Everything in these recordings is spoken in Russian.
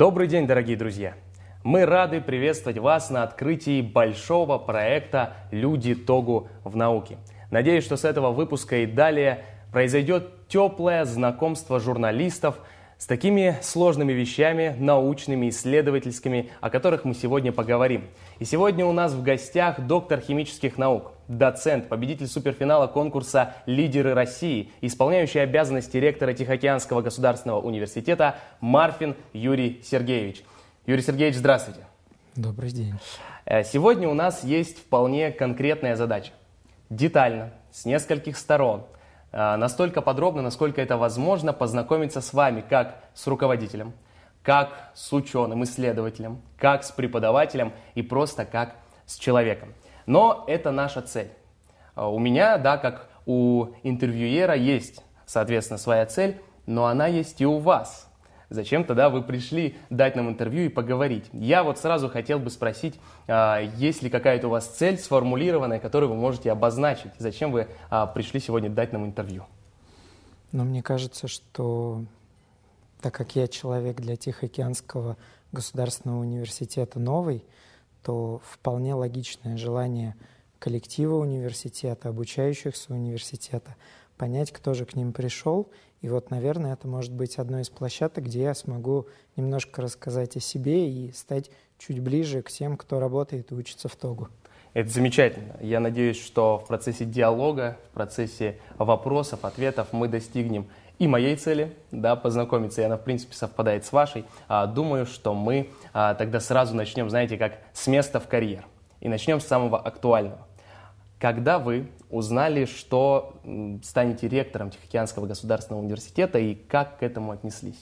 Добрый день, дорогие друзья! Мы рады приветствовать вас на открытии большого проекта «Люди Тогу в науке». Надеюсь, что с этого выпуска и далее произойдет теплое знакомство журналистов с такими сложными вещами, научными, исследовательскими, о которых мы сегодня поговорим. И сегодня у нас в гостях доктор химических наук, доцент, победитель суперфинала конкурса «Лидеры России», исполняющий обязанности ректора Тихоокеанского государственного университета Марфин Юрий Сергеевич. Юрий Сергеевич, здравствуйте. Добрый день. Сегодня у нас есть вполне конкретная задача. Детально, с нескольких сторон, настолько подробно, насколько это возможно, познакомиться с вами как с руководителем, как с ученым, исследователем, как с преподавателем и просто как с человеком. Но это наша цель. У меня, да, как у интервьюера, есть, соответственно, своя цель, но она есть и у вас. Зачем тогда вы пришли дать нам интервью и поговорить? Я вот сразу хотел бы спросить, есть ли какая-то у вас цель сформулированная, которую вы можете обозначить? Зачем вы пришли сегодня дать нам интервью? Но мне кажется, что так как я человек для Тихоокеанского государственного университета новый, то вполне логичное желание коллектива университета, обучающихся университета, понять, кто же к ним пришел. И вот, наверное, это может быть одной из площадок, где я смогу немножко рассказать о себе и стать чуть ближе к тем, кто работает и учится в Тогу. Это замечательно. Я надеюсь, что в процессе диалога, в процессе вопросов, ответов мы достигнем и моей цели, да, познакомиться, и она, в принципе, совпадает с вашей. Думаю, что мы тогда сразу начнем, знаете, как с места в карьер. И начнем с самого актуального. Когда вы узнали, что станете ректором Тихоокеанского государственного университета, и как к этому отнеслись?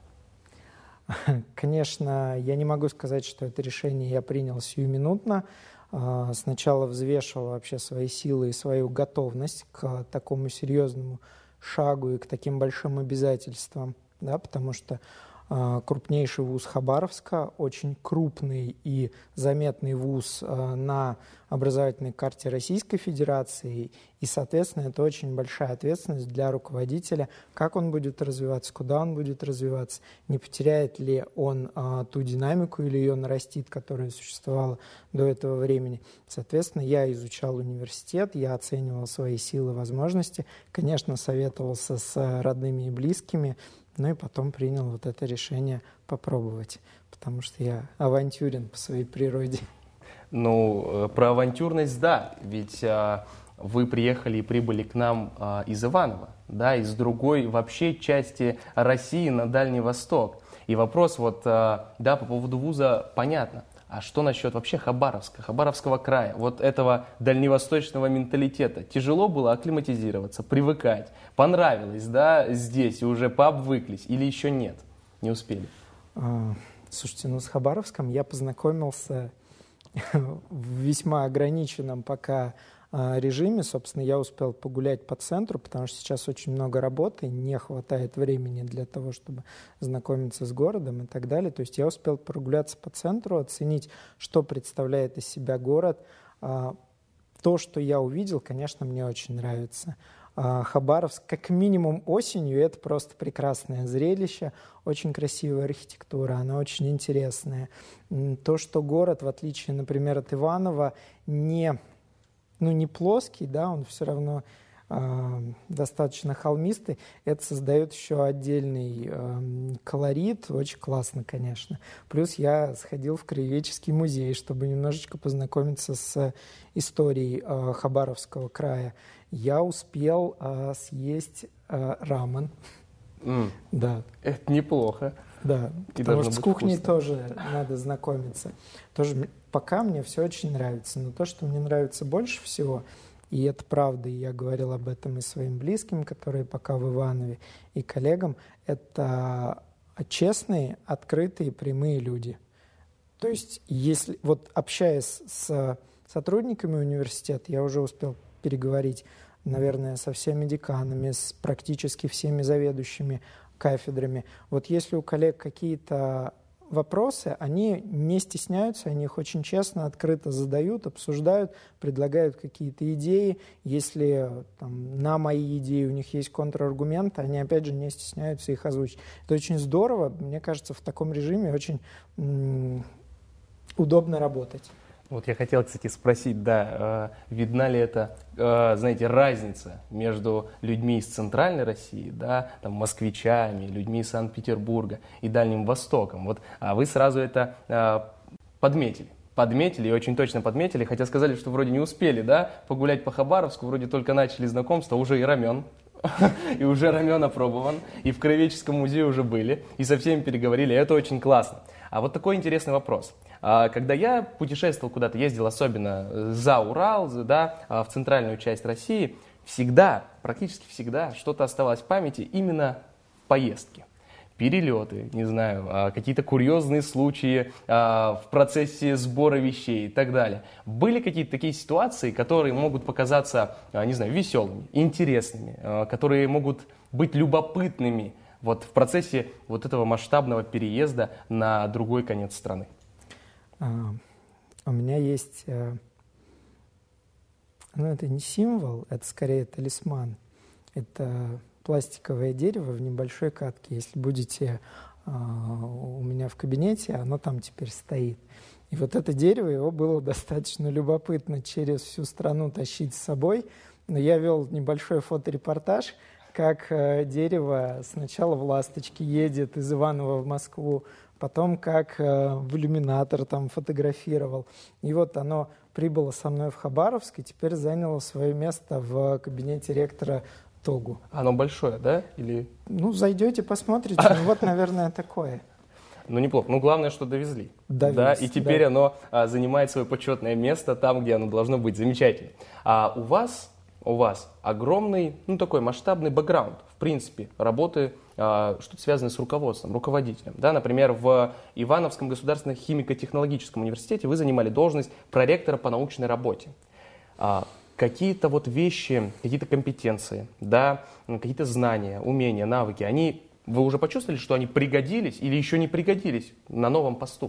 Конечно, я не могу сказать, что это решение я принял сиюминутно. Сначала взвешивал вообще свои силы и свою готовность к такому серьезному шагу и к таким большим обязательствам, да, потому что крупнейший вуз Хабаровска, очень крупный и заметный вуз на образовательной карте Российской Федерации, и, соответственно, это очень большая ответственность для руководителя, как он будет развиваться, куда он будет развиваться, не потеряет ли он ту динамику или ее нарастит, которая существовала до этого времени. Соответственно, я изучал университет, я оценивал свои силы, возможности, конечно, советовался с родными и близкими, ну и потом принял вот это решение попробовать, потому что я авантюрен по своей природе. Ну, про авантюрность, да, ведь вы приехали и прибыли к нам из Иваново, да, из другой вообще части России на Дальний Восток. И вопрос вот, да, по поводу вуза понятно. А что насчет вообще Хабаровска, Хабаровского края, вот этого дальневосточного менталитета? Тяжело было акклиматизироваться, привыкать? Понравилось, да, здесь, и уже пообвыклись? Или еще нет, не успели? Слушайте, ну с Хабаровском я познакомился в весьма ограниченном пока режиме. Собственно, я успел погулять по центру, потому что сейчас очень много работы, не хватает времени для того, чтобы знакомиться с городом и так далее. То есть я успел прогуляться по центру, оценить, что представляет из себя город. То, что я увидел, конечно, мне очень нравится. Хабаровск, как минимум осенью, это просто прекрасное зрелище, очень красивая архитектура, она очень интересная. То, что город, в отличие, например, от Иванова, не плоский, да, он все равно достаточно холмистый, это создает еще отдельный колорит, очень классно, конечно. Плюс я сходил в краеведческий музей, чтобы немножечко познакомиться с историей Хабаровского края. Я успел съесть рамен. Да. Это неплохо. Да, потому что с кухней тоже надо знакомиться. Тоже пока мне все очень нравится, но то, что мне нравится больше всего, и это правда, и я говорил об этом и своим близким, которые пока в Иванове, и коллегам, это честные, открытые, прямые люди. То есть, если вот общаясь с сотрудниками университета, я уже успел переговорить, наверное, со всеми деканами, с практически всеми заведующими кафедрами. Вот если у коллег какие-то вопросы, они не стесняются, они их очень честно, открыто задают, обсуждают, предлагают какие-то идеи. Если там, на мои идеи у них есть контраргументы, они опять же не стесняются их озвучить. Это очень здорово. Мне кажется, в таком режиме очень удобно работать. Вот я хотел, кстати, спросить, да, видна ли это, знаете, разница между людьми из Центральной России, да, там, москвичами, людьми из Санкт-Петербурга и Дальним Востоком? Вот, а вы сразу это подметили и очень точно подметили, хотя сказали, что вроде не успели, да, погулять по Хабаровску, вроде только начали знакомство, уже и рамен. И уже рамен опробован, и в Краеведческом музее уже были, и со всеми переговорили, это очень классно. А вот такой интересный вопрос. Когда я путешествовал куда-то, ездил особенно за Урал, да, в центральную часть России, всегда, практически всегда что-то оставалось в памяти именно поездки. Перелеты, не знаю, какие-то курьезные случаи в процессе сбора вещей и так далее. Были какие-то такие ситуации, которые могут показаться, не знаю, веселыми, интересными, которые могут быть любопытными вот в процессе вот этого масштабного переезда на другой конец страны? У меня есть, это не символ, это скорее талисман. Это пластиковое дерево в небольшой катке. Если будете у меня в кабинете, оно там теперь стоит. И вот это дерево, его было достаточно любопытно через всю страну тащить с собой. Но я вел небольшой фоторепортаж, как дерево сначала в «Ласточке» едет из Иваново в Москву, потом как в иллюминатор там фотографировал. И вот оно прибыло со мной в Хабаровск и теперь заняло свое место в кабинете ректора ТОГУ. Оно большое, да? Или... Зайдете, посмотрите. Вот, наверное, такое. Неплохо. Главное, что довезли. Довез, да, и теперь оно занимает свое почетное место там, где оно должно быть. Замечательно. А у вас огромный, такой масштабный бэкграунд, в принципе, работы, что-то связанное с руководством, руководителем. Да, например, в Ивановском государственном химико-технологическом университете вы занимали должность проректора по научной работе. Какие-то вот вещи, какие-то компетенции, да, какие-то знания, умения, навыки, вы уже почувствовали, что они пригодились или еще не пригодились на новом посту?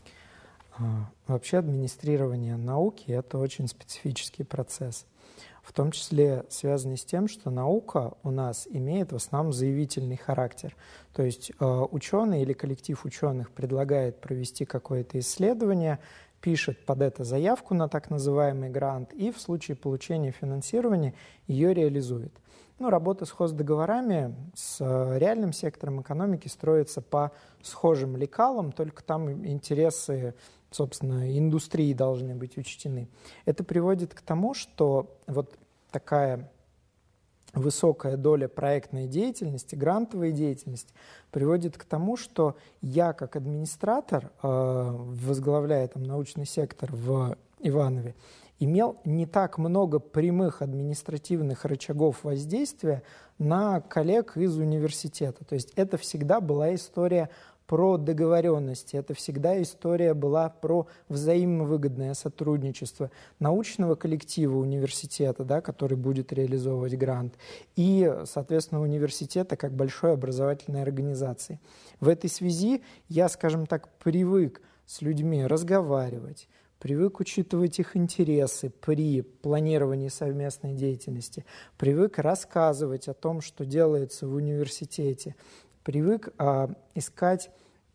Вообще администрирование науки – это очень специфический процесс. В том числе связанный с тем, что наука у нас имеет в основном заявительный характер. То есть ученый или коллектив ученых предлагает провести какое-то исследование, пишет под это заявку на так называемый грант и в случае получения финансирования ее реализует. Работа с хоздоговорами, с реальным сектором экономики строится по схожим лекалам, только там интересы, собственно, индустрии должны быть учтены. Это приводит к тому, что вот такая высокая доля проектной деятельности, грантовой деятельности приводит к тому, что я как администратор, возглавляя научный сектор в Иванове, имел не так много прямых административных рычагов воздействия на коллег из университета. То есть это всегда была история про договоренности, это всегда история была про взаимовыгодное сотрудничество научного коллектива университета, да, который будет реализовывать грант, и, соответственно, университета как большой образовательной организации. В этой связи я, скажем так, привык с людьми разговаривать, привык учитывать их интересы при планировании совместной деятельности, привык рассказывать о том, что делается в университете, привык искать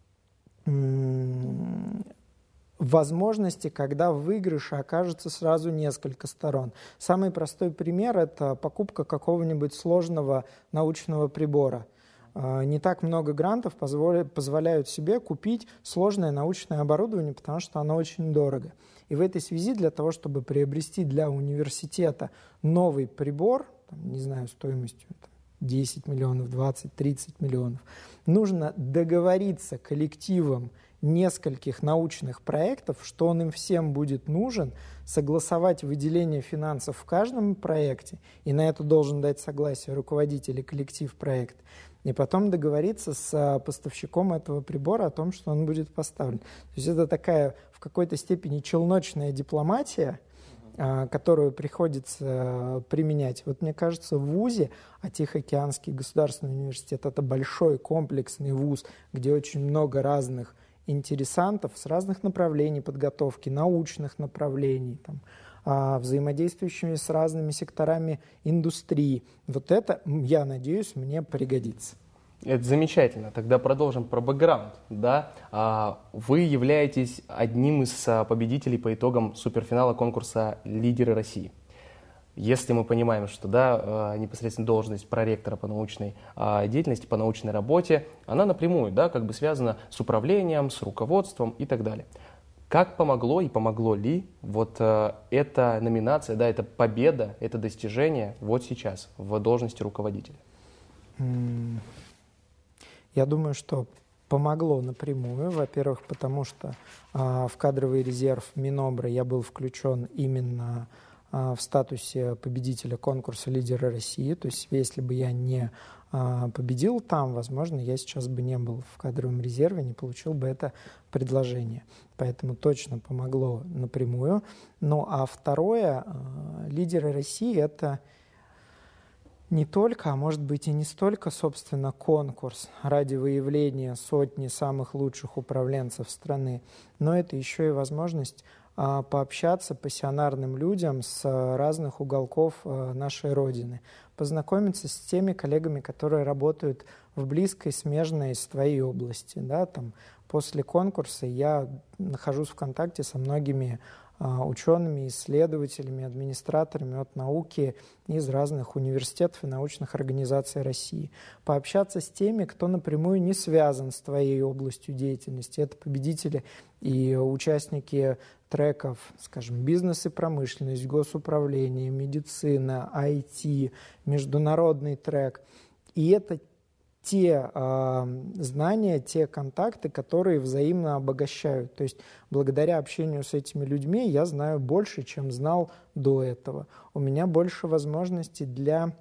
возможности, когда в выигрыше окажется сразу несколько сторон. Самый простой пример – это покупка какого-нибудь сложного научного прибора. Не так много грантов позволяют себе купить сложное научное оборудование, потому что оно очень дорого. И в этой связи для того, чтобы приобрести для университета новый прибор, стоимостью 10 миллионов, 20, 30 миллионов, нужно договориться коллективом нескольких научных проектов, что он им всем будет нужен, согласовать выделение финансов в каждом проекте, и на это должен дать согласие руководитель и коллектив проекта, и потом договориться с поставщиком этого прибора о том, что он будет поставлен. То есть это такая в какой-то степени челночная дипломатия, которую приходится применять. Вот мне кажется, в ВУЗе, Тихоокеанский государственный университет, это большой комплексный вуз, где очень много разных интересантов с разных направлений подготовки, научных направлений, взаимодействующими с разными секторами индустрии. Вот это, я надеюсь, мне пригодится. Это замечательно. Тогда продолжим про бэкграунд. Да? Вы являетесь одним из победителей по итогам суперфинала конкурса «Лидеры России». Если мы понимаем, что непосредственно должность проректора по научной деятельности, по научной работе, она напрямую связана с управлением, с руководством и так далее. Как помогло и помогло ли эта номинация, эта победа, это достижение вот сейчас в должности руководителя? Я думаю, что помогло напрямую. Во-первых, потому что в кадровый резерв Минобра я был включен именно в статусе победителя конкурса «Лидеры России». То есть если бы я не победил там, возможно, я сейчас бы не был в кадровом резерве, не получил бы это предложение. Поэтому точно помогло напрямую. Ну а второе, «Лидеры России» — это не только, а может быть и не столько, собственно, конкурс ради выявления сотни самых лучших управленцев страны, но это еще и возможность пообщаться пассионарным людям с разных уголков нашей Родины, познакомиться с теми коллегами, которые работают в близкой, смежной с твоей области. Да, после конкурса я нахожусь в контакте со многими учеными, исследователями, администраторами от науки из разных университетов и научных организаций России. Пообщаться с теми, кто напрямую не связан с твоей областью деятельности. Это победители и участники треков, скажем, бизнес и промышленность, госуправление, медицина, IT, международный трек. И это те знания, те контакты, которые взаимно обогащают. То есть благодаря общению с этими людьми я знаю больше, чем знал до этого. У меня больше возможностей для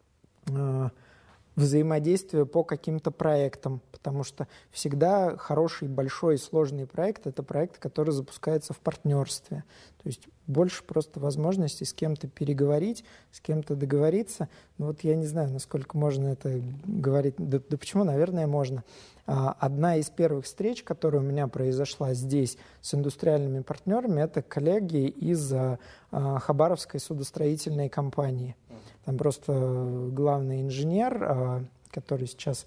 взаимодействия по каким-то проектам, потому что всегда хороший, большой, сложный проект — это проект, который запускается в партнерстве. То есть больше просто возможностей с кем-то переговорить, с кем-то договориться. Но вот я не знаю, насколько можно это говорить. Да почему? Наверное, можно. Одна из первых встреч, которая у меня произошла здесь с индустриальными партнерами, это коллеги из Хабаровской судостроительной компании. Там просто главный инженер, который сейчас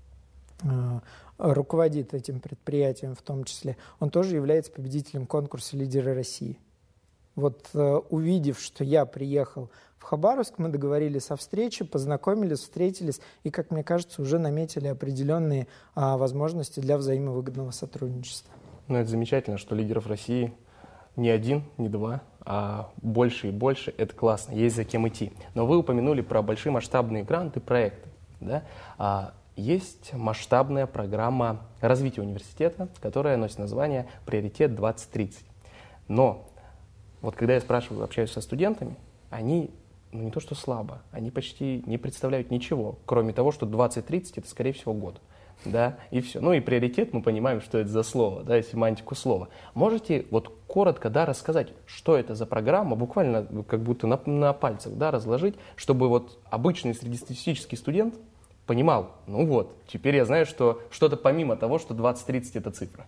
руководит этим предприятием в том числе, он тоже является победителем конкурса «Лидеры России». Вот увидев, что я приехал в Хабаровск, мы договорились о встрече, познакомились, встретились и, как мне кажется, уже наметили определенные возможности для взаимовыгодного сотрудничества. Ну, это замечательно, что лидеров России не один, не два, а больше и больше. Это классно, есть за кем идти. Но вы упомянули про большие масштабные гранты, проекты. Да? Есть масштабная программа развития университета, которая носит название «Приоритет 2030». Но вот когда я общаюсь со студентами, они не то что слабо, они почти не представляют ничего, кроме того, что 2030 — это, скорее всего, год. Да, и все. Ну и приоритет, мы понимаем, что это за слово, да, семантику слова. Можете вот коротко, рассказать, что это за программа, буквально как будто на пальцах, разложить, чтобы вот обычный среднестатистический студент понимал, теперь я знаю, что что-то помимо того, что 2030 — это цифра.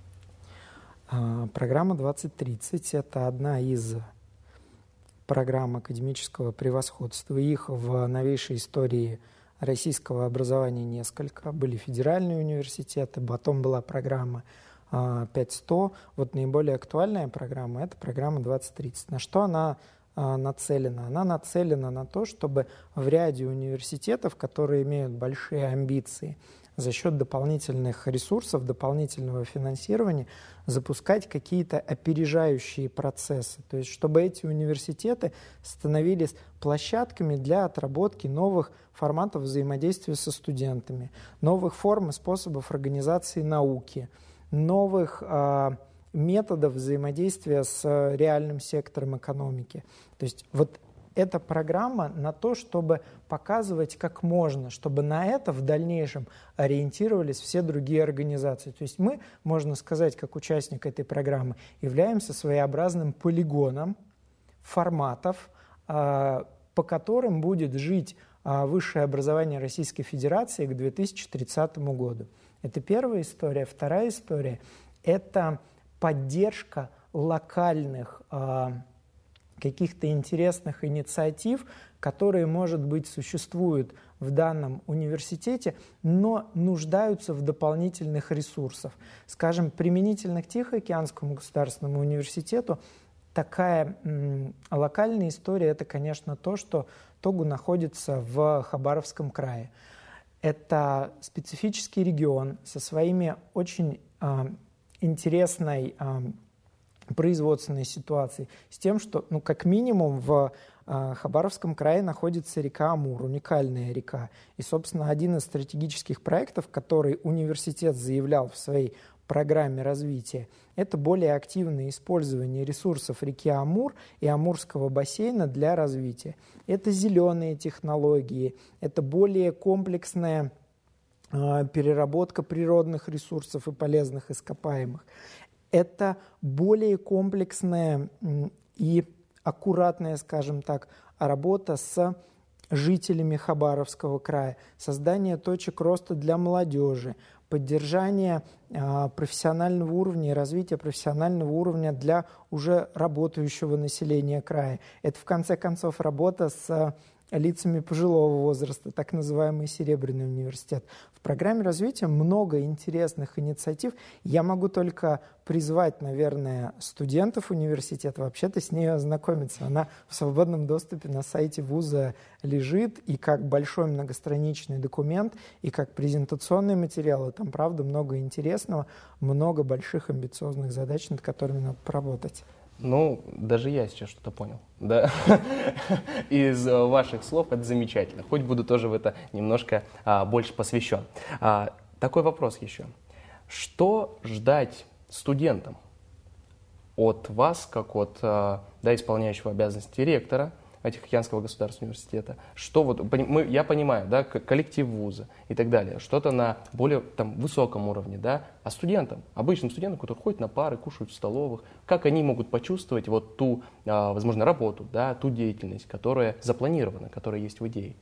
Программа 2030 — это одна из программ академического превосходства. Их в новейшей истории российского образования несколько. Были федеральные университеты, потом была программа 5100. Вот наиболее актуальная программа — это программа 2030. На что она нацелена? Она нацелена на то, чтобы в ряде университетов, которые имеют большие амбиции, за счет дополнительных ресурсов, дополнительного финансирования запускать какие-то опережающие процессы. То есть чтобы эти университеты становились площадками для отработки новых форматов взаимодействия со студентами, новых форм и способов организации науки, новых методов взаимодействия с реальным сектором экономики. То есть вот эта программа на то, чтобы показывать как можно, чтобы на это в дальнейшем ориентировались все другие организации. То есть мы, можно сказать, как участник этой программы, являемся своеобразным полигоном форматов, по которым будет жить высшее образование Российской Федерации к 2030 году. Это первая история. Вторая история — это поддержка локальных каких-то интересных инициатив, которые, может быть, существуют в данном университете, но нуждаются в дополнительных ресурсах. Скажем, применительно к Тихоокеанскому государственному университету такая локальная история – это, конечно, то, что Тогу находится в Хабаровском крае. Это специфический регион со своими очень интересной производственной ситуацией, с тем, что, как минимум, в Хабаровском крае находится река Амур, уникальная река. И, собственно, один из стратегических проектов, который университет заявлял в своей программе развития, это более активное использование ресурсов реки Амур и Амурского бассейна для развития. Это зеленые технологии, это более комплексная переработка природных ресурсов и полезных ископаемых. Это более комплексная и аккуратная, скажем так, работа с жителями Хабаровского края, создание точек роста для молодежи, поддержание профессионального уровня и развитие профессионального уровня для уже работающего населения края. Это, в конце концов, работа с лицами пожилого возраста, так называемый Серебряный университет. В программе развития много интересных инициатив. Я могу только призвать, наверное, студентов университета вообще-то с ней ознакомиться. Она в свободном доступе на сайте вуза лежит, и как большой многостраничный документ, и как презентационные материалы. Там, правда, много интересного, много больших амбициозных задач, над которыми надо поработать. Даже я сейчас что-то понял, да, из ваших слов. Это замечательно, хоть буду тоже в это немножко больше посвящен. Такой вопрос еще. Что ждать студентам от вас, как от исполняющего обязанности ректора Тихоокеанского государственного университета? Что я понимаю, да, коллектив вуза и так далее, что-то на более высоком уровне, да, а студентам, обычным студентам, которые ходят на пары, кушают в столовых, как они могут почувствовать ту, возможно, работу, да, ту деятельность, которая запланирована, которая есть в идее?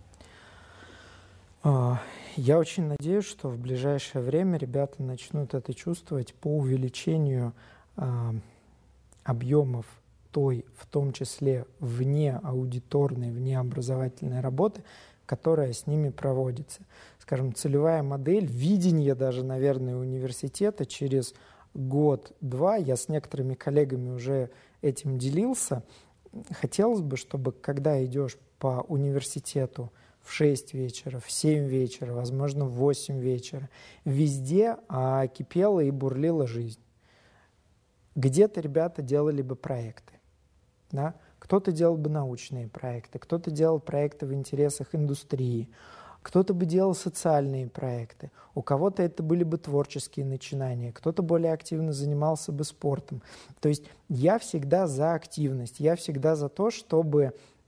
Я очень надеюсь, что в ближайшее время ребята начнут это чувствовать по увеличению объемов той, в том числе вне аудиторной, вне образовательной работы, которая с ними проводится. Скажем, целевая модель, видение даже, наверное, университета через год-два, я с некоторыми коллегами уже этим делился, хотелось бы, чтобы когда идешь по университету в 6 вечера, в 7 вечера, возможно, в 8 вечера, везде кипела и бурлила жизнь. Где-то ребята делали бы проекты. Да? Кто-то делал бы научные проекты, кто-то делал проекты в интересах индустрии, кто-то бы делал социальные проекты, у кого-то это были бы творческие начинания, кто-то более активно занимался бы спортом. То есть я всегда за активность, я всегда за то, чтобы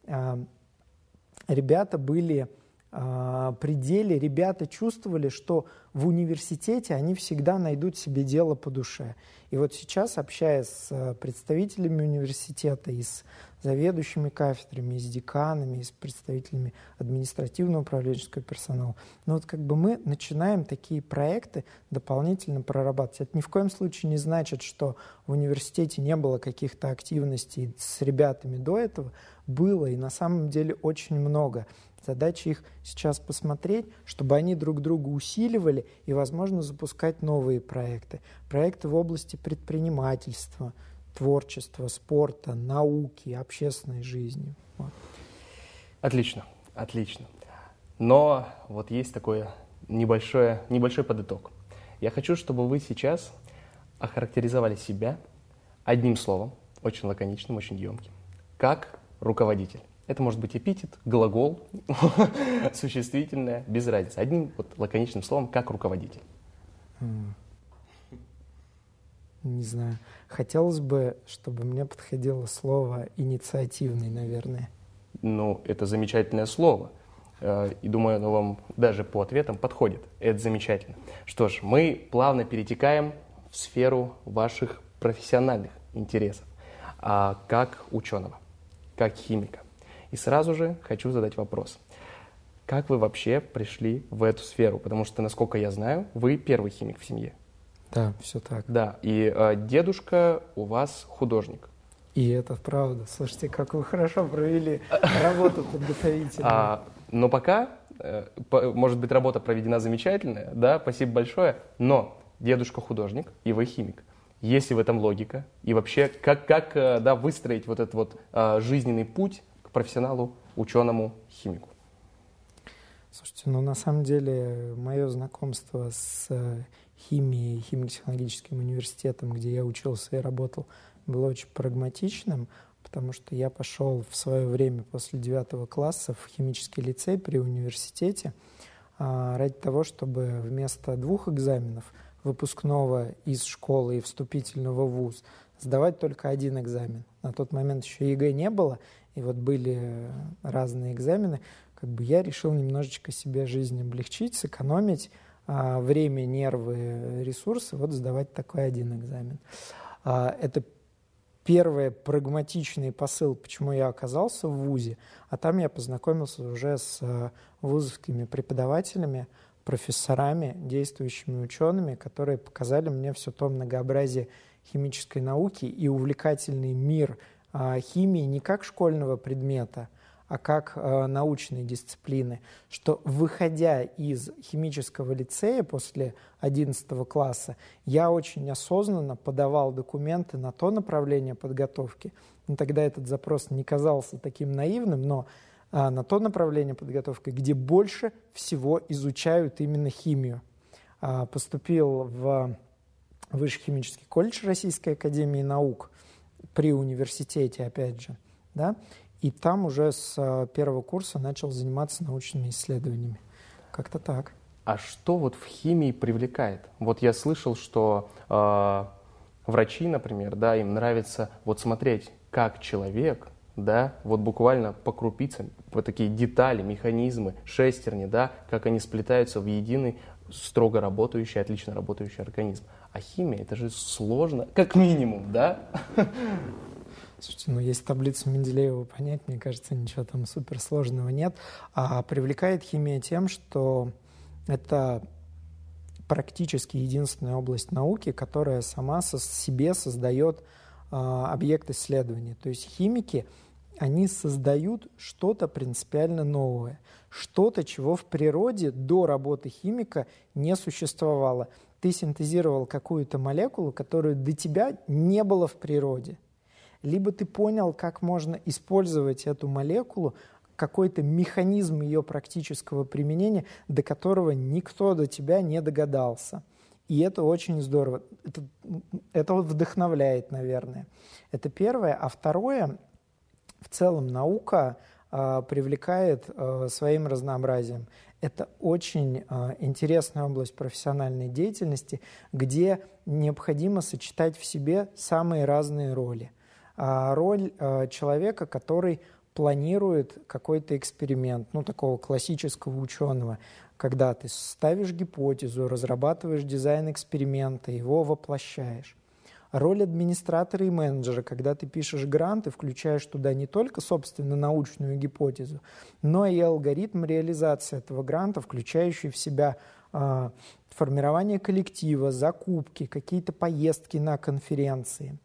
ребята были при деле, ребята чувствовали, что в университете они всегда найдут себе дело по душе. И вот сейчас, общаясь с представителями университета и с заведующими кафедрами, и с деканами, и с представителями административного управленческого персонала, мы начинаем такие проекты дополнительно прорабатывать. Это ни в коем случае не значит, что в университете не было каких-то активностей с ребятами до этого. Было, и на самом деле очень много. Задача их сейчас посмотреть, чтобы они друг друга усиливали и, возможно, запускать новые проекты. Проекты в области предпринимательства, творчества, спорта, науки, общественной жизни. Вот. Отлично, отлично. Но есть такой небольшой подыток. Я хочу, чтобы вы сейчас охарактеризовали себя одним словом, очень лаконичным, очень емким, как руководитель. Это может быть эпитет, глагол, существительное, без разницы. Одним лаконичным словом, как руководитель. Не знаю. Хотелось бы, чтобы мне подходило слово «инициативный», наверное. Это замечательное слово. И думаю, оно вам даже по ответам подходит. Это замечательно. Что ж, мы плавно перетекаем в сферу ваших профессиональных интересов. Как ученого, как химика. И сразу же хочу задать вопрос. Как вы вообще пришли в эту сферу? Потому что, насколько я знаю, вы первый химик в семье. Да, все так. Да, и дедушка у вас художник. И это правда. Слушайте, как вы хорошо провели работу подготовительную. Но пока, может быть, работа проведена замечательная, да, спасибо большое, но дедушка художник, и вы химик. Есть ли в этом логика? И вообще, как да, выстроить вот этот вот жизненный путь к профессионалу, ученому, химику? Слушайте, ну на самом деле мое знакомство с химией, химико-технологическим университетом, где я учился и работал, было очень прагматичным, потому что я пошел в свое время после 9 класса в химический лицей при университете ради того, чтобы вместо 2 экзаменов выпускного из школы и вступительного в вуз сдавать только 1 экзамен. На тот момент еще ЕГЭ не было, и вот были разные экзамены. Как бы я решил немножечко себе жизнь облегчить, сэкономить время, нервы, ресурсы, вот сдавать такой 1 экзамен. Это первый прагматичный посыл, почему я оказался в вузе, а там я познакомился уже с вузовскими преподавателями, профессорами, действующими учеными, которые показали мне все то многообразие химической науки и увлекательный мир химии не как школьного предмета, а как научной дисциплины, что, выходя из химического лицея после 11 класса, я очень осознанно подавал документы на то направление подготовки. Тогда этот запрос не казался таким наивным, но на то направление подготовки, где больше всего изучают именно химию. Поступил в Высший химический колледж Российской академии наук при университете, опять же, да, и там уже с 1 курса начал заниматься научными исследованиями. Как-то так. А что вот в химии привлекает? Вот я слышал, что врачи, например, да, им нравится вот смотреть, как человек, да, вот буквально по крупицам, вот такие детали, механизмы, шестерни, да, как они сплетаются в единый, строго работающий, отлично работающий организм. А химия, это же сложно, как минимум, да? Слушайте, ну есть таблицу Менделеева понять, мне кажется, ничего там суперсложного нет. А привлекает химия тем, что это практически единственная область науки, которая сама себе создает объект исследования. То есть химики, они создают что-то принципиально новое, что-то, чего в природе до работы химика не существовало. Ты синтезировал какую-то молекулу, которую до тебя не было в природе. Либо ты понял, как можно использовать эту молекулу, какой-то механизм ее практического применения, до которого никто до тебя не догадался. И это очень здорово. Это вот вдохновляет, наверное. Это первое. А второе, в целом наука привлекает своим разнообразием. Это очень интересная область профессиональной деятельности, где необходимо сочетать в себе самые разные роли. Роль человека, который планирует какой-то эксперимент, ну, такого классического ученого, когда ты ставишь гипотезу, разрабатываешь дизайн эксперимента, его воплощаешь. Роль администратора и менеджера, когда ты пишешь грант и включаешь туда не только, собственно, научную гипотезу, но и алгоритм реализации этого гранта, включающий в себя формирование коллектива, закупки, какие-то поездки на конференции.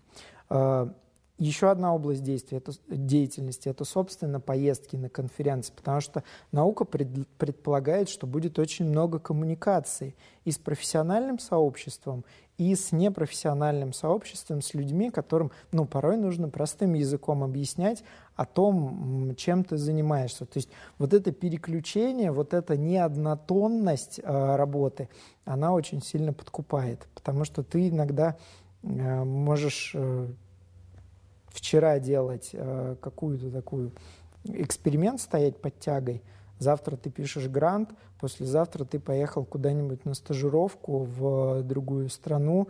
Еще одна область деятельности – это, собственно, поездки на конференции, потому что наука предполагает, что будет очень много коммуникаций и с профессиональным сообществом, и с непрофессиональным сообществом, с людьми, которым порой нужно простым языком объяснять о том, чем ты занимаешься. То есть вот это переключение, вот эта неоднотонность работы, она очень сильно подкупает, потому что ты иногда можешь вчера делать какую-то такую эксперимент, стоять под тягой, завтра ты пишешь грант, послезавтра ты поехал куда-нибудь на стажировку в другую страну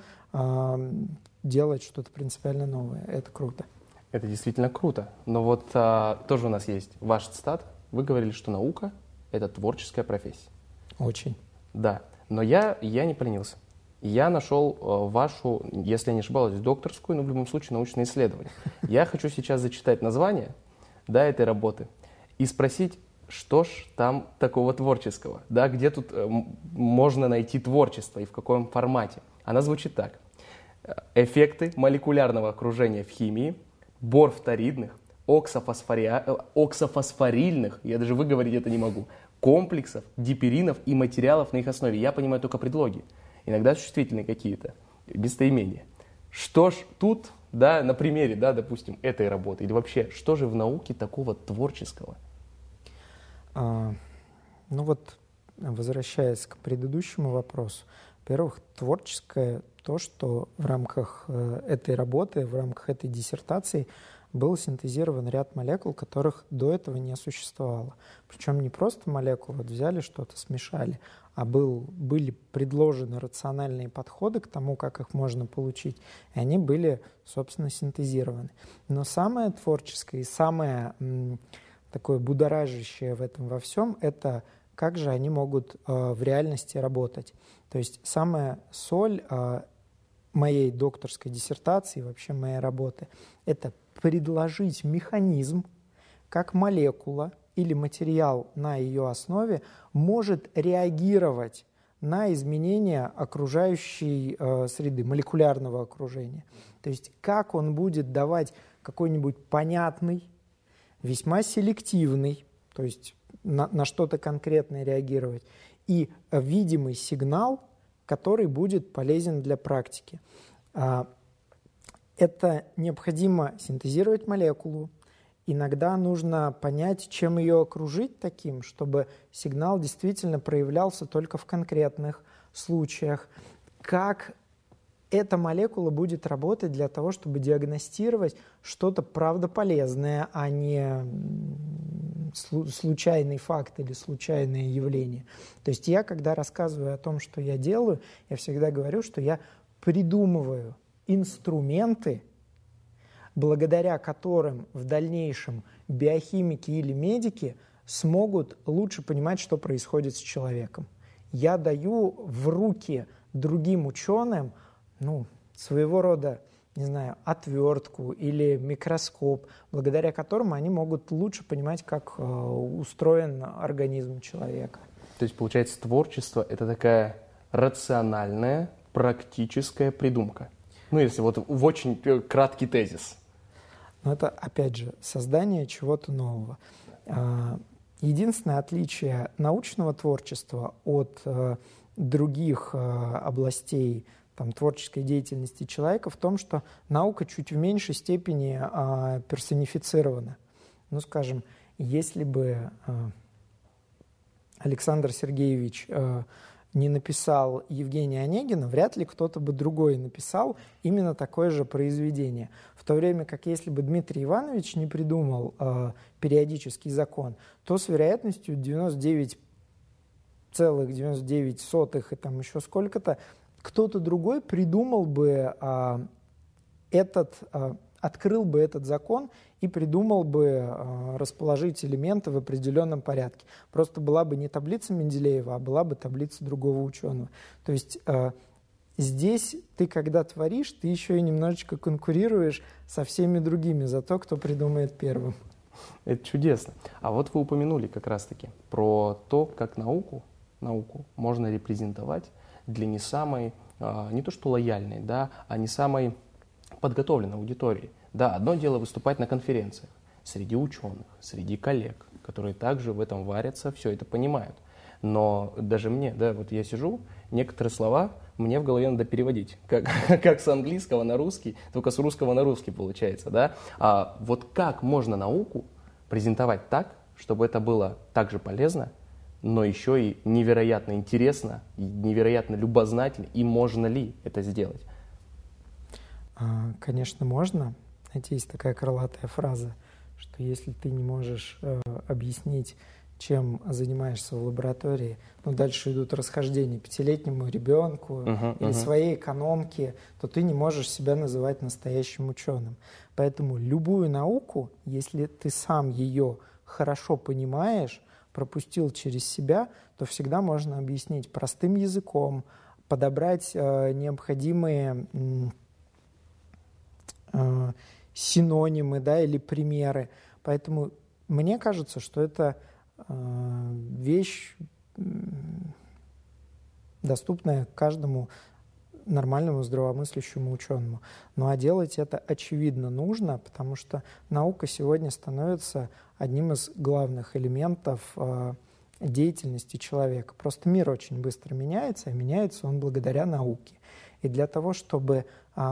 делать что-то принципиально новое. Это круто. Это действительно круто. Но вот тоже у нас есть ваш цитат. Вы говорили, что наука – это творческая профессия. Очень. Да. Но я не поленился. Я нашел вашу, если я не ошибаюсь, докторскую, но в любом случае научное исследование. Я хочу сейчас зачитать название этой работы и спросить, что ж там такого творческого? Да, где тут можно найти творчество и в каком формате? Она звучит так. Эффекты молекулярного окружения в химии, борфторидных, оксофосфорильных, я даже выговорить это не могу, комплексов, диперинов и материалов на их основе. Я понимаю только предлоги, иногда существительные какие-то, местоимения. Что ж тут, да, на примере, да, допустим, этой работы, или вообще, что же в науке такого творческого? Ну вот, возвращаясь к предыдущему вопросу, во-первых, творческое то, что в рамках этой работы, в рамках этой диссертации был синтезирован ряд молекул, которых до этого не существовало. Причем не просто молекулы, вот взяли что-то, смешали, а были предложены рациональные подходы к тому, как их можно получить, и они были, собственно, синтезированы. Но самое творческое и самое такое будоражащее в этом во всем — это как же они могут в реальности работать. То есть самая соль моей докторской диссертации, вообще моей работы, это предложить механизм, как молекула или материал на ее основе может реагировать на изменения окружающей среды, молекулярного окружения. То есть как он будет давать какой-нибудь понятный, весьма селективный, то есть на что-то конкретное реагировать, и видимый сигнал, который будет полезен для практики. Это необходимо синтезировать молекулу. Иногда нужно понять, чем ее окружить таким, чтобы сигнал действительно проявлялся только в конкретных случаях. Как эта молекула будет работать для того, чтобы диагностировать что-то правдополезное, а не случайный факт или случайное явление. То есть я, когда рассказываю о том, что я делаю, я всегда говорю, что я придумываю инструменты, благодаря которым в дальнейшем биохимики или медики смогут лучше понимать, что происходит с человеком. Я даю в руки другим ученым, своего рода, не знаю, отвертку или микроскоп, благодаря которому они могут лучше понимать, как устроен организм человека. То есть, получается, творчество — это такая рациональная, практическая придумка. Если вот в очень краткий тезис. Но это, опять же, создание чего-то нового. Единственное отличие научного творчества от других областей творческой деятельности человека в том, что наука чуть в меньшей степени персонифицирована. Скажем, если бы Александр Сергеевич не написал Евгения Онегина, вряд ли кто-то бы другой написал именно такое же произведение. В то время как если бы Дмитрий Иванович не придумал периодический закон, то с вероятностью 99,99 и там еще сколько-то кто-то другой придумал бы открыл бы этот закон и придумал бы расположить элементы в определенном порядке. Просто была бы не таблица Менделеева, а была бы таблица другого ученого. То есть здесь ты, когда творишь, ты еще и немножечко конкурируешь со всеми другими за то, кто придумает первым. Это чудесно. А вот вы упомянули как раз-таки про то, как науку можно репрезентовать для не самой, не то что лояльной, да, а не самой подготовленной аудитории. Да, одно дело выступать на конференциях среди ученых, среди коллег, которые также в этом варятся, все это понимают. Но даже мне, да, вот я сижу, некоторые слова мне в голове надо переводить, как с английского на русский, только с русского на русский получается, да. А вот как можно науку презентовать так, чтобы это было также полезно, но еще и невероятно интересно, и невероятно любознательно, и можно ли это сделать? Конечно, можно. Знаете, есть такая крылатая фраза, что если ты не можешь объяснить, чем занимаешься в лаборатории, дальше идут расхождения 5-летнему ребенку или своей экономке, то ты не можешь себя называть настоящим ученым. Поэтому любую науку, если ты сам ее хорошо понимаешь, пропустил через себя, то всегда можно объяснить простым языком, подобрать необходимые синонимы, да, или примеры. Поэтому мне кажется, что это вещь, доступная каждому нормальному, здравомыслящему ученому. Ну а делать это очевидно нужно, потому что наука сегодня становится одним из главных элементов деятельности человека. Просто мир очень быстро меняется, а меняется он благодаря науке. И для того, чтобы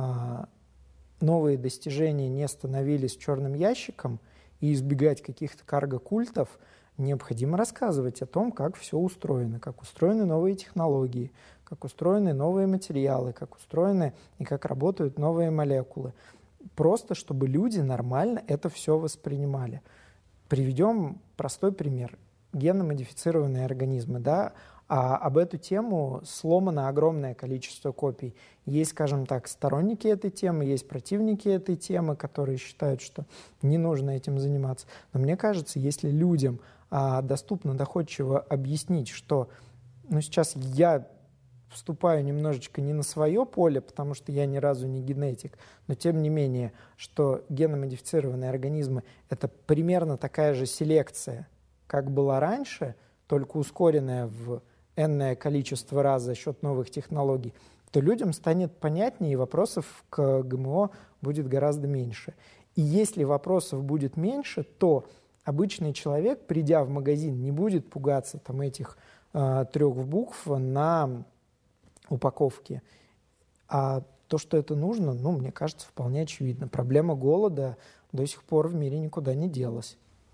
новые достижения не становились черным ящиком и избегать каких-то карго-культов, необходимо рассказывать о том, как все устроено, как устроены новые технологии, как устроены новые материалы, как устроены и как работают новые молекулы. Просто чтобы люди нормально это все воспринимали. Приведем простой пример. Генно-модифицированные организмы, да, а об эту тему сломано огромное количество копий. Есть, скажем так, сторонники этой темы, есть противники этой темы, которые считают, что не нужно этим заниматься. Но мне кажется, если людям доступно, доходчиво объяснить, что сейчас я вступаю немножечко не на свое поле, потому что я ни разу не генетик, но тем не менее, что генно-модифицированные организмы – это примерно такая же селекция, как была раньше, только ускоренная в энное количество раз за счет новых технологий, то людям станет понятнее, и вопросов к ГМО будет гораздо меньше. И если вопросов будет меньше, то обычный человек, придя в магазин, не будет пугаться там этих 3 букв на упаковке. А то, что это нужно, мне кажется, вполне очевидно. Проблема голода до сих пор в мире никуда не делась.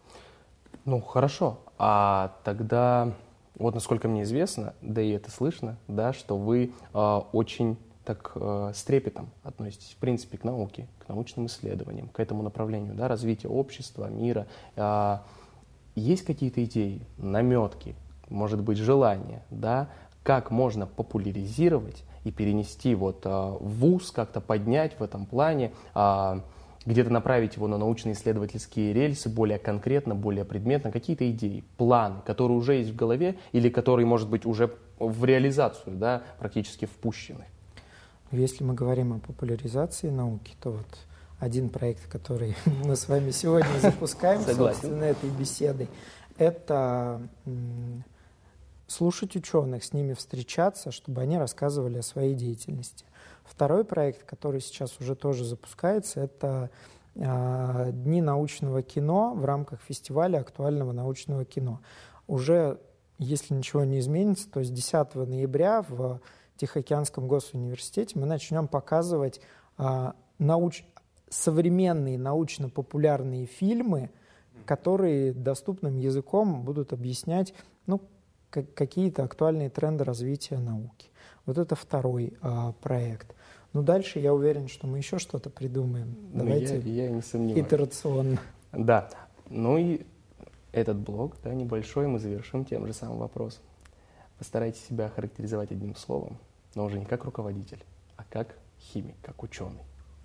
Хорошо. А тогда, насколько мне известно, да и это слышно, да, что вы очень так с трепетом относитесь, в принципе, к науке, к научным исследованиям, к этому направлению, да, развития общества, мира. Есть какие-то идеи, наметки, может быть, желания, да, как можно популяризировать и перенести вуз, как-то поднять в этом плане, где-то направить его на научно-исследовательские рельсы более конкретно, более предметно, какие-то идеи, планы, которые уже есть в голове или которые, может быть, уже в реализацию, да, практически впущены? Если мы говорим о популяризации науки, то один проект, который мы с вами сегодня запускаем, собственно, этой беседой, это слушать ученых, с ними встречаться, чтобы они рассказывали о своей деятельности. Второй проект, который сейчас уже тоже запускается, это Дни научного кино в рамках фестиваля актуального научного кино. Уже, если ничего не изменится, то с 10 ноября в Тихоокеанском госуниверситете мы начнем показывать современные научно-популярные фильмы, которые доступным языком будут объяснять какие-то актуальные тренды развития науки. Это второй проект. Дальше я уверен, что мы еще что-то придумаем. Давайте я не сомневаюсь. Итерационно. Да. И этот блок, да, небольшой, мы завершим тем же самым вопросом. Постарайтесь себя характеризовать одним словом, но уже не как руководитель, а как химик, как ученый.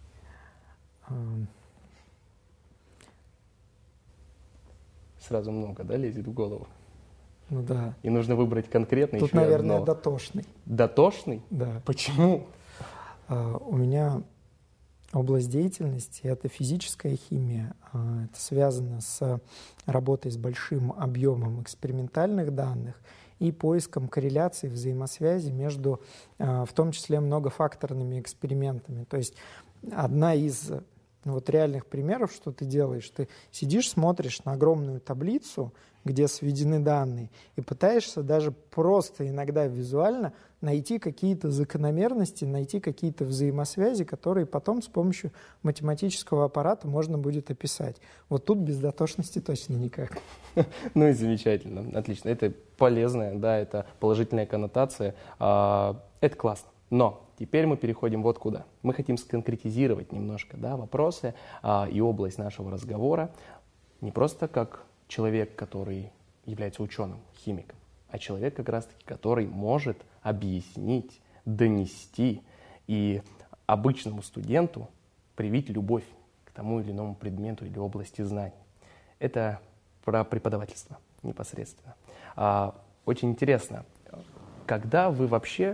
Сразу много, да, лезет в голову? Да. И нужно выбрать конкретно Тут, еще наверное, одно. дотошный. Дотошный? Да. Почему? У меня область деятельности – это физическая химия. Это связано с работой с большим объемом экспериментальных данных и поиском корреляций, взаимосвязи между, в том числе, многофакторными экспериментами. То есть одна из реальных примеров, что ты делаешь, ты сидишь, смотришь на огромную таблицу, где сведены данные, и пытаешься даже просто иногда визуально найти какие-то закономерности, найти какие-то взаимосвязи, которые потом с помощью математического аппарата можно будет описать. Тут без дотошности точно никак. И замечательно, отлично. Это полезная, да, это положительная коннотация. Это классно. Но теперь мы переходим куда. Мы хотим сконкретизировать немножко, да, вопросы и область нашего разговора не просто как человек, который является ученым, химиком, а человек как раз-таки, который может объяснить, донести и обычному студенту привить любовь к тому или иному предмету или области знаний. Это про преподавательство непосредственно. Очень интересно, когда вы вообще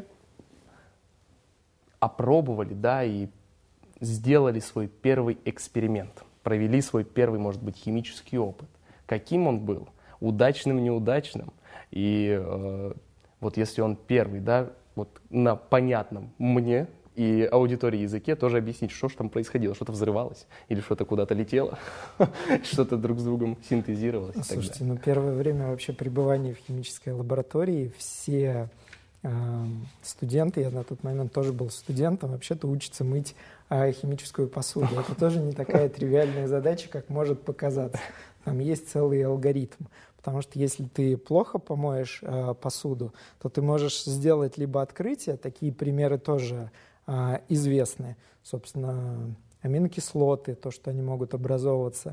опробовали, да, и сделали свой первый эксперимент, провели свой первый, может быть, химический опыт. Каким он был? удачным, неудачным. И вот если он первый, да, вот на понятном мне и аудитории языке тоже объяснить, что же там происходило, что-то взрывалось или что-то куда-то летело, что-то друг с другом синтезировалось. Слушайте, ну первое время вообще пребывания в химической лаборатории все студенты, я на тот момент тоже был студентом, вообще-то учатся мыть химическую посуду. Это тоже не такая тривиальная задача, как может показаться. Там есть целый алгоритм. Потому что если ты плохо помоешь посуду, то ты можешь сделать либо открытие, такие примеры тоже известны. Собственно, аминокислоты, то, что они могут образовываться,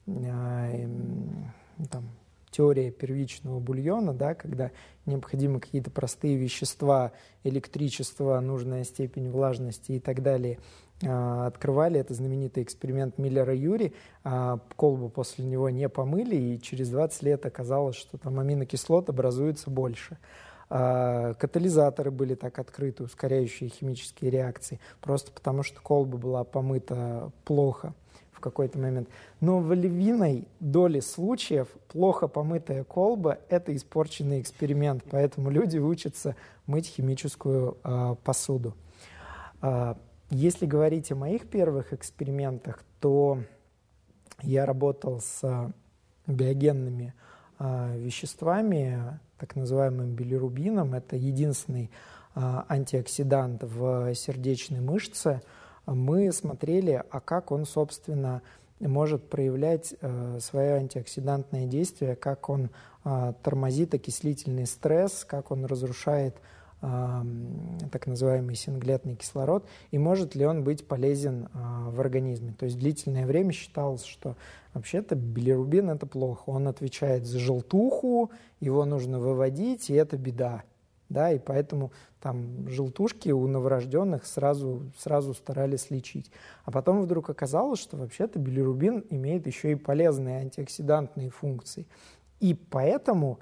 там, теория первичного бульона, да, когда необходимы какие-то простые вещества, электричество, нужная степень влажности и так далее, открывали. Это знаменитый эксперимент Миллера-Юри. Колбу после него не помыли, и через 20 лет оказалось, что там аминокислот образуется больше. Катализаторы были так открыты, ускоряющие химические реакции, просто потому что колба была помыта плохо в какой-то момент. Но в львиной доле случаев плохо помытая колба – это испорченный эксперимент, поэтому люди учатся мыть химическую посуду. Если говорить о моих первых экспериментах, то я работал с биогенными веществами, так называемым билирубином. Это единственный антиоксидант в сердечной мышце. Мы смотрели, как он, собственно, может проявлять свое антиоксидантное действие, как он тормозит окислительный стресс, как он разрушает так называемый синглетный кислород, и может ли он быть полезен в организме. То есть длительное время считалось, что вообще-то билирубин – это плохо. Он отвечает за желтуху, его нужно выводить, и это беда. Да, и поэтому там желтушки у новорожденных сразу старались лечить. А потом вдруг оказалось, что вообще-то билирубин имеет еще и полезные антиоксидантные функции. И поэтому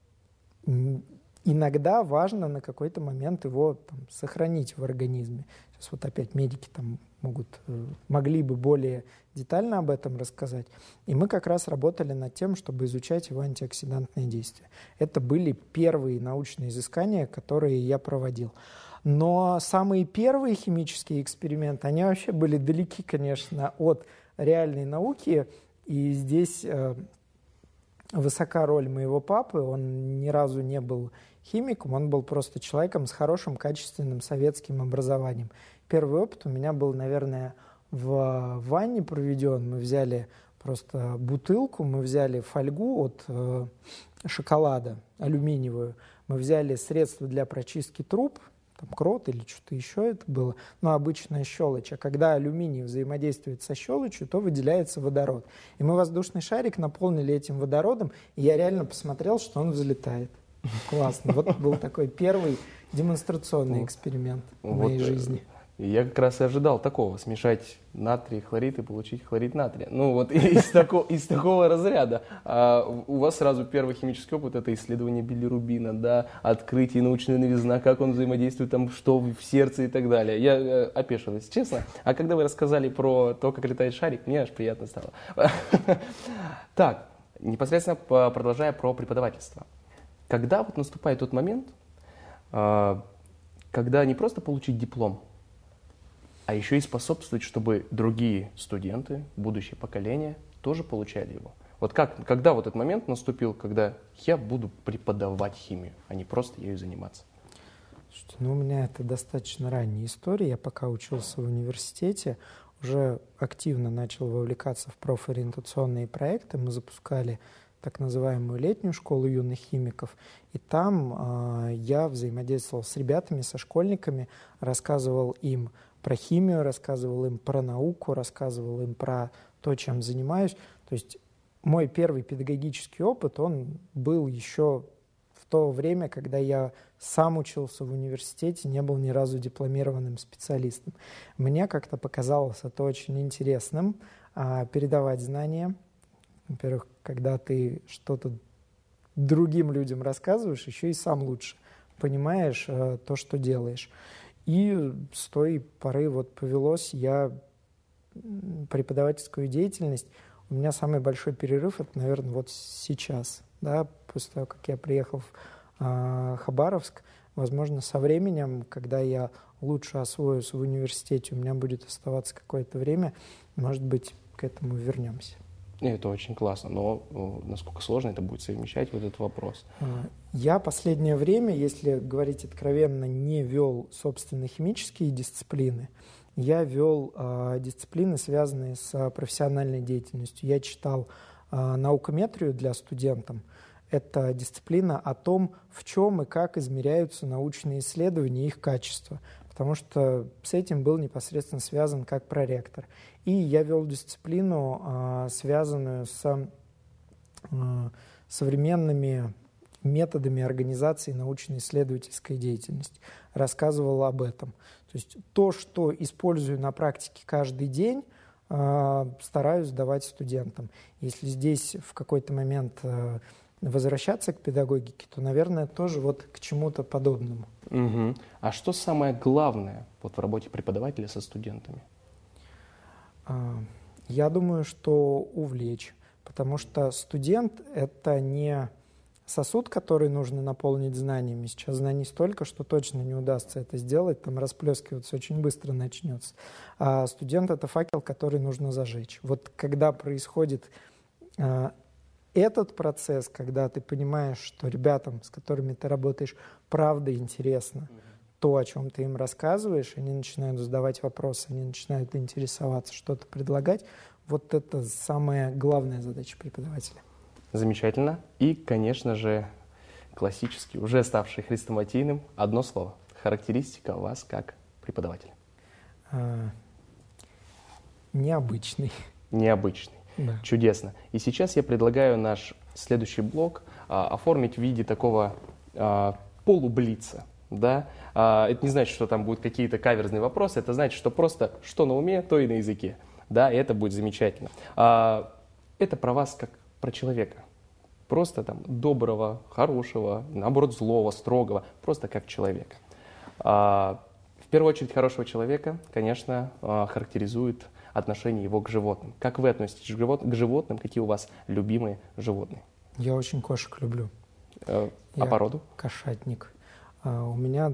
иногда важно на какой-то момент его там сохранить в организме. Сейчас вот опять медики там могли бы более детально об этом рассказать. И мы как раз работали над тем, чтобы изучать его антиоксидантные действия. Это были первые научные изыскания, которые я проводил. Но самые первые химические эксперименты, они вообще были далеки, конечно, от реальной науки. И здесь высока роль моего папы. Он ни разу не был химиком, он был просто человеком с хорошим, качественным советским образованием. Первый опыт у меня был, наверное, в ванне проведен. Мы взяли просто бутылку, мы взяли фольгу от шоколада, алюминиевую, мы взяли средство для прочистки труб, там крот или что-то еще это было, но обычная щелочь. А когда алюминий взаимодействует со щелочью, то выделяется водород. И мы воздушный шарик наполнили этим водородом, и я реально посмотрел, что он взлетает. Классно. Вот был такой первый демонстрационный эксперимент в моей жизни. Я как раз и ожидал такого, смешать натрий, хлорид и получить хлорид натрия. Ну вот из такого разряда. А у вас сразу первый химический опыт – это исследование билирубина, да, открытие, научная новизна, как он взаимодействует, там, что в сердце и так далее. Я опешил, если честно. А когда вы рассказали про то, как летает шарик, мне аж приятно стало. Так, непосредственно продолжая про преподавательство. Когда вот наступает тот момент, когда не просто получить диплом, а еще и способствовать, чтобы другие студенты, будущее поколение, тоже получали его. Вот когда вот этот момент наступил, когда я буду преподавать химию, а не просто ею заниматься? Слушайте, ну у меня это достаточно ранняя история. Я пока учился в университете, уже активно начал вовлекаться в профориентационные проекты. Мы запускали так называемую летнюю школу юных химиков. И там я взаимодействовал с ребятами, со школьниками, рассказывал им про химию, рассказывал им про науку, рассказывал им про то, чем занимаюсь. То есть мой первый педагогический опыт, он был еще в то время, когда я сам учился в университете, не был ни разу дипломированным специалистом. Мне как-то показалось это очень интересным, передавать знания. Во-первых, когда ты что-то другим людям рассказываешь, еще и сам лучше понимаешь то, что делаешь. И с той поры вот повелось, я преподавательскую деятельность У меня самый большой перерыв — это, наверное, вот сейчас, да, после того, как я приехал в Хабаровск. Возможно, со временем, когда я лучше освоюсь в университете, у меня будет оставаться какое-то время, может быть, к этому вернемся. И это очень классно, но насколько сложно это будет совмещать, вот этот вопрос? Я последнее время, если говорить откровенно, не вел собственно химические дисциплины. Я вел дисциплины, связанные с профессиональной деятельностью. Я читал наукометрию для студентов. Это дисциплина о том, в чем и как измеряются научные исследования и их качество. Потому что с этим был непосредственно связан как проректор. И я вел дисциплину, связанную с современными методами организации научно-исследовательской деятельности. Рассказывал об этом. То есть то, что использую на практике каждый день, стараюсь давать студентам. Если здесь в какой-то момент возвращаться к педагогике, то, наверное, тоже вот к чему-то подобному. Угу. А что самое главное вот в работе преподавателя со студентами? Я думаю, что увлечь, потому что студент — это не сосуд, который нужно наполнить знаниями. Сейчас знаний столько, что точно не удастся это сделать, там расплескиваться очень быстро начнется. А студент — это факел, который нужно зажечь. Вот когда происходит этот процесс, когда ты понимаешь, что ребятам, с которыми ты работаешь, правда интересно то, о чем ты им рассказываешь, они начинают задавать вопросы, они начинают интересоваться, что-то предлагать. Вот это самая главная задача преподавателя. Замечательно. И, конечно же, классический, уже ставший хрестоматийным, одно слово. Характеристика вас как преподавателя. Необычный. Необычный. Да. Чудесно. И сейчас я предлагаю наш следующий блок оформить в виде такого полублица. Да? Это не значит, что там будут какие-то каверзные вопросы, это значит, что просто что на уме, то и на языке. Да, и это будет замечательно. Это про вас как про человека. Просто там доброго, хорошего, наоборот злого, строгого, просто как человека. В первую очередь хорошего человека, конечно, характеризует отношение его к животным. Как вы относитесь к животным? Какие у вас любимые животные? Я очень кошек люблю. А породу? Кошатник. У меня,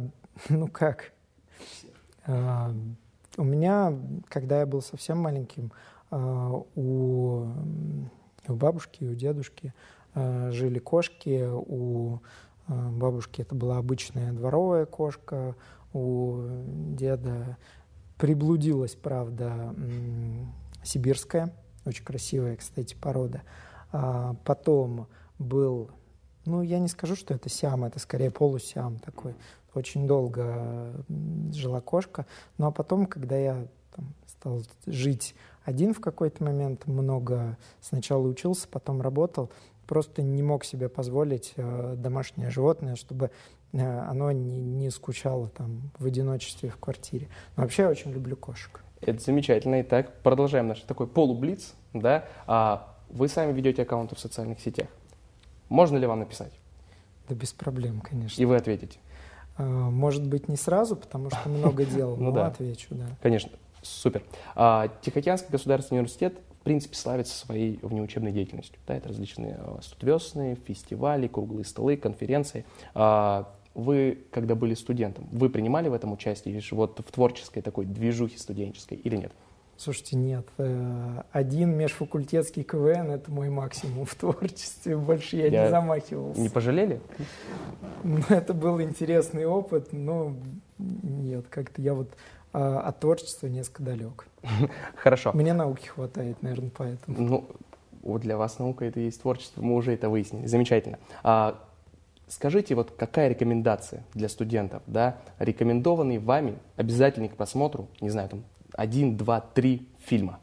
у меня, когда я был совсем маленьким, у бабушки и у дедушки жили кошки. У бабушки это была обычная дворовая кошка, у деда приблудилась, правда, сибирская, очень красивая, кстати, порода. Потом был, я не скажу, что это сиам, это скорее полусиам такой. Очень долго жила кошка. Ну а потом, когда я стал жить один в какой-то момент, много сначала учился, потом работал, просто не мог себе позволить домашнее животное, чтобы оно не скучало там в одиночестве в квартире. Но вообще я очень люблю кошек. Это замечательно. Итак, продолжаем наш такой полублиц. Да? Вы сами ведете аккаунты в социальных сетях. Можно ли вам написать? Да без проблем, конечно. И вы ответите? Может быть, не сразу, потому что много дел, но отвечу, да. Конечно, супер. Тихоокеанский государственный университет, в принципе, славится своей внеучебной деятельностью. Да, это различные студвесны, фестивали, круглые столы, конференции. Вы, когда были студентом, вы принимали в этом участие, вот в творческой такой движухе студенческой или нет? Слушайте, нет. Один межфакультетский КВН — это мой максимум в творчестве. Больше я не замахивался. Не пожалели? Это был интересный опыт, но нет, как-то я вот от творчества несколько далек. Хорошо. Мне науки хватает, наверное, поэтому. Вот для вас наука — это и есть творчество, мы уже это выяснили. Замечательно. Скажите, вот какая рекомендация для студентов, да, рекомендованный вами, обязательный к просмотру, не знаю, там, 1, 2, 3 фильма?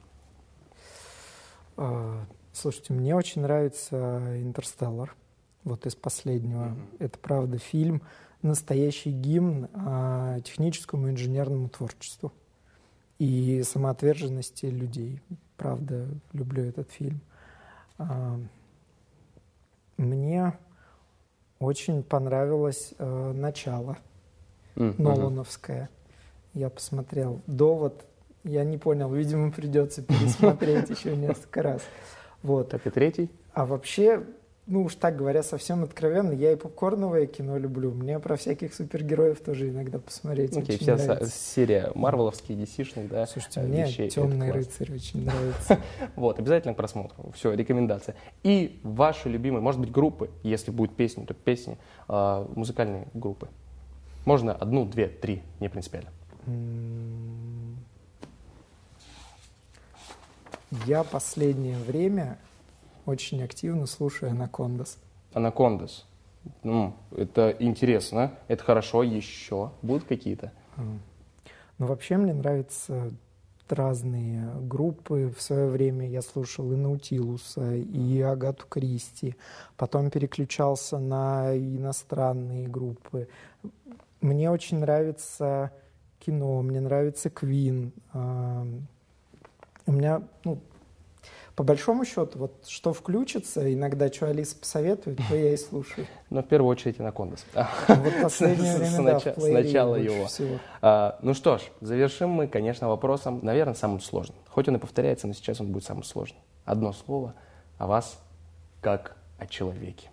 Слушайте, мне очень нравится «Интерстеллар», вот из последнего. Это, правда, фильм, настоящий гимн техническому и инженерному творчеству и самоотверженности людей. Правда, люблю этот фильм. Мне очень понравилось «Начало» нолановское. Я посмотрел «Довод». Я не понял, видимо, придется пересмотреть еще несколько раз. Вот. Так и третий? А вообще, ну уж так говоря, совсем откровенно, я и попкорновое кино люблю. Мне про всяких супергероев тоже иногда посмотреть Окей, очень вся нравится. серия марвеловских, DC-шных, да, Слушайте, мне вещей. «Темный Это рыцарь» очень нравится. Вот, обязательно к просмотру. Все, рекомендация. И ваши любимые, может быть, группы, если будет песни, то песни, музыкальные группы. Можно 1, 2, 3, не принципиально. Я последнее время очень активно слушаю «Анакондас». Анакондас. Это интересно, это хорошо. Еще будут какие-то? Ну, вообще мне нравятся разные группы. В свое время я слушал и Наутилуса, и Агату Кристи. Потом переключался на иностранные группы. Мне очень нравится кино, мне нравится Квин. У меня, по большому счету, вот что включится, иногда что Алиса посоветует, то я и слушаю. Но в первую очередь Анакондас. Вот последнее время, да, в плеере Сначала больше его. всего. Ну что ж, завершим мы, конечно, вопросом, наверное, самым сложным. Хоть он и повторяется, но сейчас он будет самым сложным. Одно слово о вас, как о человеке.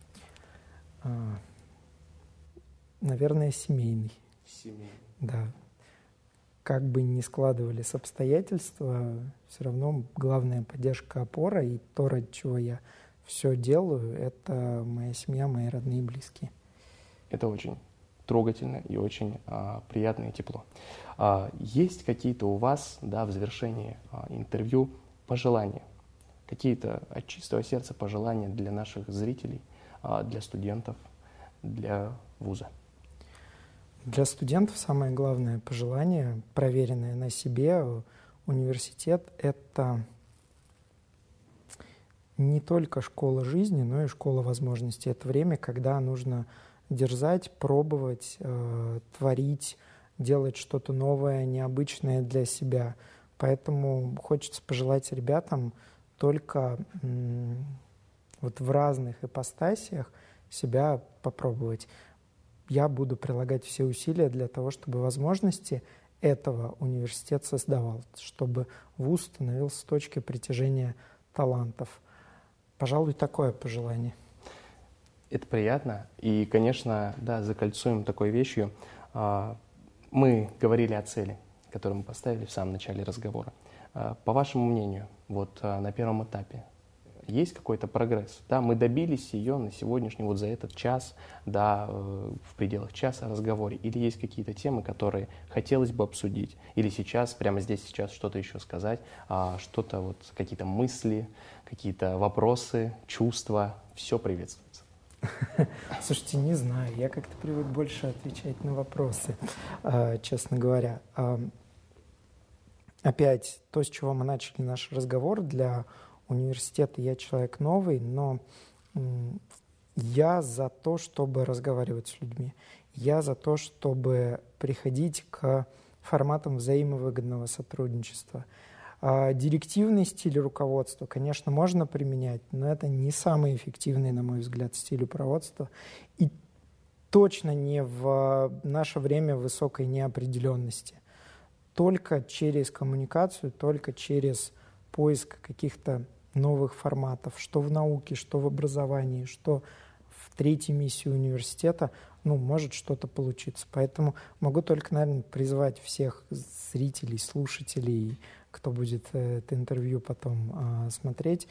Наверное, семейный. Семейный. Да. Как бы ни складывались обстоятельства, все равно главная поддержка, опора, и то, ради чего я все делаю, это моя семья, мои родные и близкие. Это очень трогательно и очень приятно и тепло. Есть какие-то у вас, да, в завершении интервью пожелания? Какие-то от чистого сердца пожелания для наших зрителей, для студентов, для вуза? Для студентов самое главное пожелание, проверенное на себе, университет — это не только школа жизни, но и школа возможностей. Это время, когда нужно дерзать, пробовать, творить, делать что-то новое, необычное для себя. Поэтому хочется пожелать ребятам только вот в разных ипостасиях себя попробовать. Я буду прилагать все усилия для того, чтобы возможности этого университет создавал, чтобы вуз становился точкой притяжения талантов. Пожалуй, такое пожелание. Это приятно. И, конечно, да, закольцуем такой вещью. Мы говорили о цели, которую мы поставили в самом начале разговора. По вашему мнению, вот на первом этапе есть какой-то прогресс? Да, мы добились ее на сегодняшний, вот за этот час, да, в пределах часа разговора. Или есть какие-то темы, которые хотелось бы обсудить? Или сейчас, прямо здесь, сейчас что-то еще сказать? Что-то, вот, какие-то мысли, какие-то вопросы, чувства? Все приветствуется. Слушайте, не знаю, я как-то привык больше отвечать на вопросы, честно говоря. Опять, то, с чего мы начали наш разговор, для университета я человек новый, но я за то, чтобы разговаривать с людьми. Я за то, чтобы приходить к форматам взаимовыгодного сотрудничества. Директивный стиль руководства, конечно, можно применять, но это не самый эффективный, на мой взгляд, стиль руководства. И точно не в наше время высокой неопределенности. Только через коммуникацию, только через поиск каких-то новых форматов, что в науке, что в образовании, что в третьей миссии университета, может что-то получиться. Поэтому могу только, наверное, призвать всех зрителей, слушателей, кто будет это интервью потом смотреть,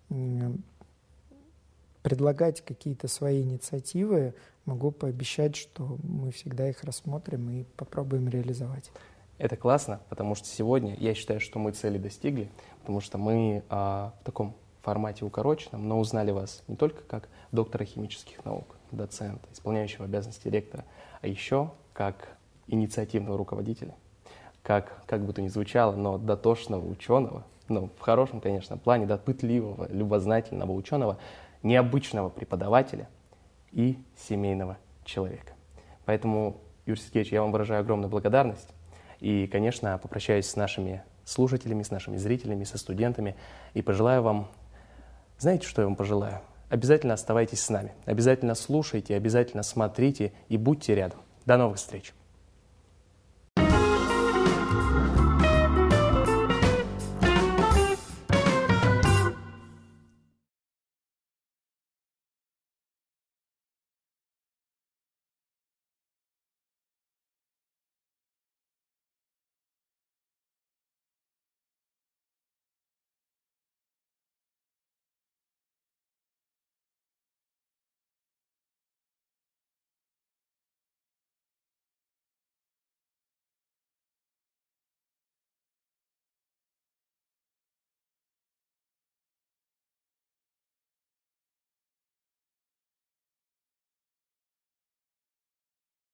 предлагать какие-то свои инициативы. Могу пообещать, что мы всегда их рассмотрим и попробуем реализовать. Это классно, потому что сегодня я считаю, что мы цели достигли, потому что мы в таком формате укороченном, но узнали вас не только как доктора химических наук, доцента, исполняющего обязанности ректора, а еще как инициативного руководителя, как бы то ни звучало, но дотошного ученого, в хорошем, конечно, плане, пытливого, любознательного ученого, необычного преподавателя и семейного человека. Поэтому, Юрий Сергеевич, я вам выражаю огромную благодарность. И, конечно, попрощаюсь с нашими слушателями, с нашими зрителями, со студентами. И пожелаю вам, знаете, что я вам пожелаю? Обязательно оставайтесь с нами, обязательно слушайте, обязательно смотрите и будьте рядом. До новых встреч!